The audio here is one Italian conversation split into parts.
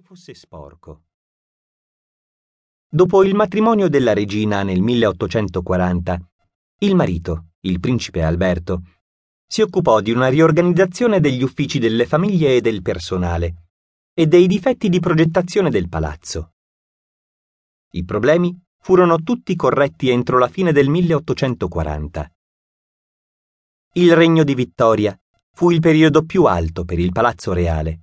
fosse sporco. Dopo il matrimonio della regina nel 1840, il marito, il principe Alberto, si occupò di una riorganizzazione degli uffici delle famiglie e del personale e dei difetti di progettazione del palazzo. I problemi furono tutti corretti entro la fine del 1840. Il regno di Vittoria fu il periodo più alto per il Palazzo Reale.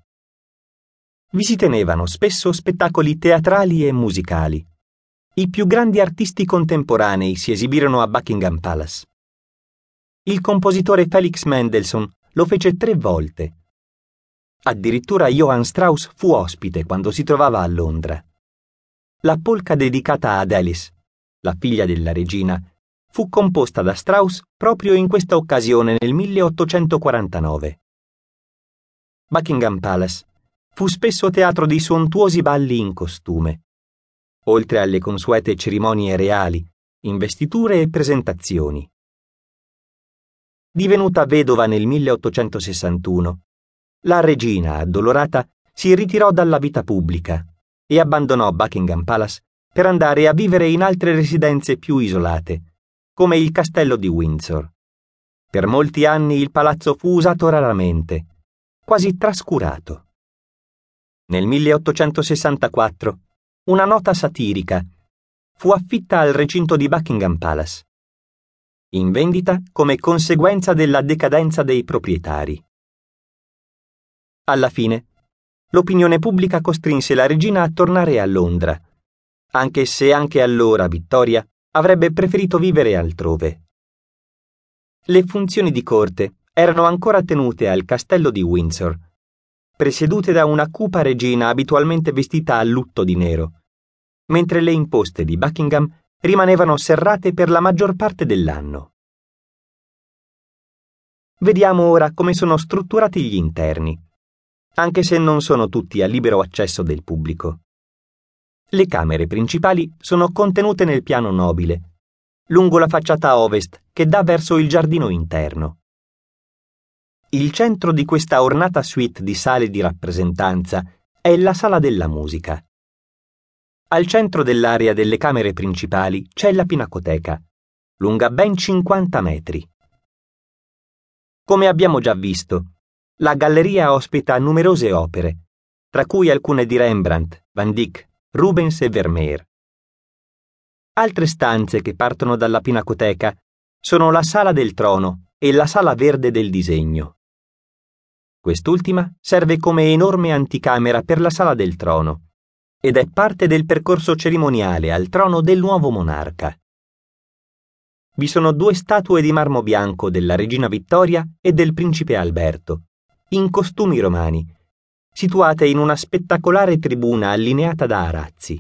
Vi si tenevano spesso spettacoli teatrali e musicali. I più grandi artisti contemporanei si esibirono a Buckingham Palace. Il compositore Felix Mendelssohn lo fece 3 volte. Addirittura Johann Strauss fu ospite quando si trovava a Londra. La polka dedicata ad Alice, la figlia della regina, fu composta da Strauss proprio in questa occasione nel 1849. Buckingham Palace fu spesso teatro di sontuosi balli in costume, oltre alle consuete cerimonie reali, investiture e presentazioni. Divenuta vedova nel 1861, la regina, addolorata, si ritirò dalla vita pubblica e abbandonò Buckingham Palace per andare a vivere in altre residenze più isolate, come il castello di Windsor. Per molti anni il palazzo fu usato raramente, quasi trascurato. Nel 1864, una nota satirica fu affitta al recinto di Buckingham Palace, in vendita come conseguenza della decadenza dei proprietari. Alla fine, l'opinione pubblica costrinse la regina a tornare a Londra, anche se anche allora Vittoria avrebbe preferito vivere altrove. Le funzioni di corte erano ancora tenute al castello di Windsor, presiedute da una cupa regina abitualmente vestita a lutto di nero, mentre le imposte di Buckingham rimanevano serrate per la maggior parte dell'anno. Vediamo ora come sono strutturati gli interni, anche se non sono tutti a libero accesso del pubblico. Le camere principali sono contenute nel piano nobile, lungo la facciata ovest che dà verso il giardino interno. Il centro di questa ornata suite di sale di rappresentanza è la sala della musica. Al centro dell'area delle camere principali c'è la pinacoteca, lunga ben 50 metri. Come abbiamo già visto, la galleria ospita numerose opere, tra cui alcune di Rembrandt, Van Dyck, Rubens e Vermeer. Altre stanze che partono dalla pinacoteca sono la sala del trono e la sala verde del disegno. Quest'ultima serve come enorme anticamera per la sala del trono ed è parte del percorso cerimoniale al trono del nuovo monarca. Vi sono 2 statue di marmo bianco della regina Vittoria e del principe Alberto, in costumi romani, situate in una spettacolare tribuna allineata da arazzi.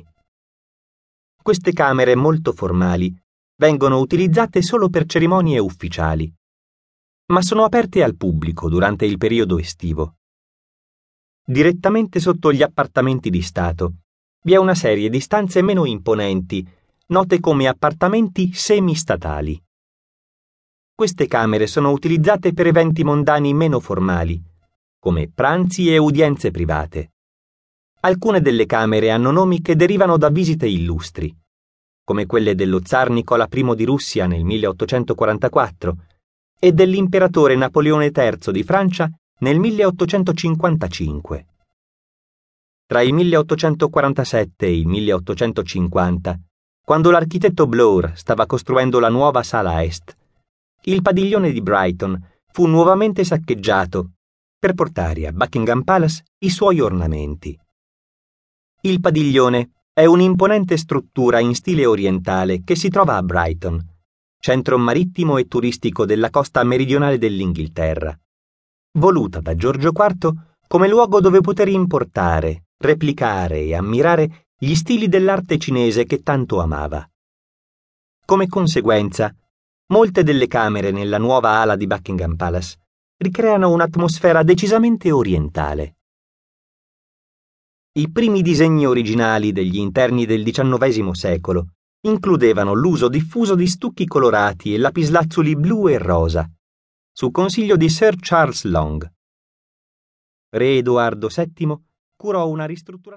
Queste camere molto formali vengono utilizzate solo per cerimonie ufficiali, ma sono aperte al pubblico durante il periodo estivo. Direttamente sotto gli appartamenti di Stato vi è una serie di stanze meno imponenti, note come appartamenti semistatali. Queste camere sono utilizzate per eventi mondani meno formali, come pranzi e udienze private. Alcune delle camere hanno nomi che derivano da visite illustri, come quelle dello zar Nicola I di Russia nel 1844 e dell'imperatore Napoleone III di Francia nel 1855. Tra il 1847 e il 1850, quando l'architetto Bloor stava costruendo la nuova sala est, il padiglione di Brighton fu nuovamente saccheggiato per portare a Buckingham Palace i suoi ornamenti. Il padiglione è un'imponente struttura in stile orientale che si trova a Brighton, centro marittimo e turistico della costa meridionale dell'Inghilterra, voluta da Giorgio IV come luogo dove poter importare, replicare e ammirare gli stili dell'arte cinese che tanto amava. Come conseguenza, molte delle camere nella nuova ala di Buckingham Palace ricreano un'atmosfera decisamente orientale. I primi disegni originali degli interni del XIX secolo includevano l'uso diffuso di stucchi colorati e lapislazzuli blu e rosa, su consiglio di Sir Charles Long. Re Edoardo VII curò una ristrutturazione